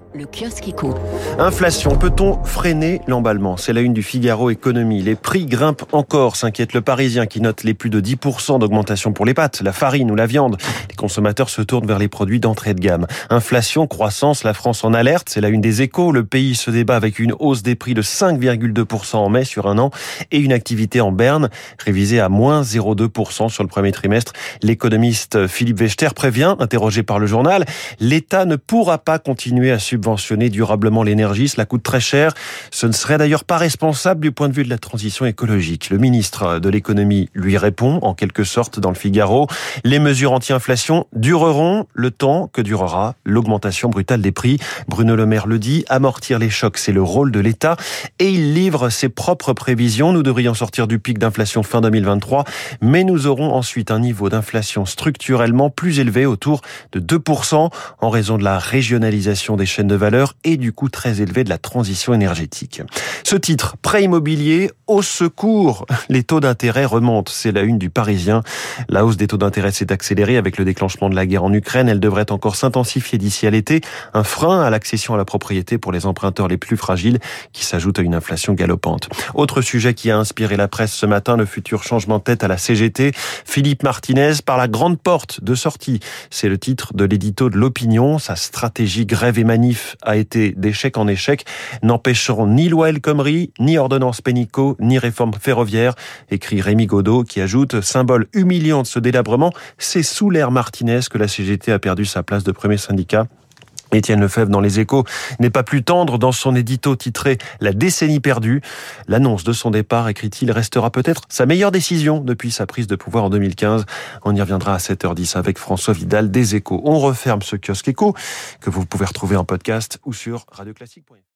Le kiosque éco. Inflation, peut-on freiner l'emballement ? C'est la une du Figaro Économie. Les prix grimpent encore, s'inquiète le Parisien qui note les plus de 10% d'augmentation pour les pâtes, la farine ou la viande. Les consommateurs se tournent vers les produits d'entrée de gamme. Inflation, croissance, la France en alerte, c'est la une des Échos. Le pays se débat avec une hausse des prix de 5,2% en mai sur un an et une activité en berne révisée à moins 0,2% sur le premier trimestre. L'économiste Philippe Wechter prévient, interrogé par le journal, l'État ne pourra pas continuer à subventionner durablement l'énergie, cela coûte très cher. Ce ne serait d'ailleurs pas responsable du point de vue de la transition écologique. Le ministre de l'économie lui répond, en quelque sorte, dans le Figaro. Les mesures anti-inflation dureront le temps que durera l'augmentation brutale des prix. Bruno Le Maire le dit, amortir les chocs, c'est le rôle de l'État. Et il livre ses propres prévisions. Nous devrions sortir du pic d'inflation fin 2023, mais nous aurons ensuite un niveau d'inflation structurellement plus élevé, autour de 2%, en raison de la régionalisation des chaînes de valeur et du coût très élevé de la transition énergétique. Ce titre, prêt immobilier au secours. Les taux d'intérêt remontent, c'est la une du Parisien. La hausse des taux d'intérêt s'est accélérée avec le déclenchement de la guerre en Ukraine. Elle devrait encore s'intensifier d'ici à l'été. Un frein à l'accession à la propriété pour les emprunteurs les plus fragiles qui s'ajoute à une inflation galopante. Autre sujet qui a inspiré la presse ce matin, le futur changement de tête à la CGT. Philippe Martinez par la grande porte de sortie. C'est le titre de l'édito de l'Opinion. Sa stratégie grève et manif a été d'échec en échec, n'empêcheront ni loi El Khomri, ni ordonnance Pénicaud, ni réforme ferroviaire, écrit Rémi Godot, qui ajoute, symbole humiliant de ce délabrement, c'est sous l'ère Martinez que la CGT a perdu sa place de premier syndicat. Étienne Lefebvre dans Les Échos n'est pas plus tendre dans son édito titré « La décennie perdue ». L'annonce de son départ, écrit-il, restera peut-être sa meilleure décision depuis sa prise de pouvoir en 2015. On y reviendra à 7h10 avec François Vidal des Échos. On referme ce kiosque écho que vous pouvez retrouver en podcast ou sur radioclassique.fr.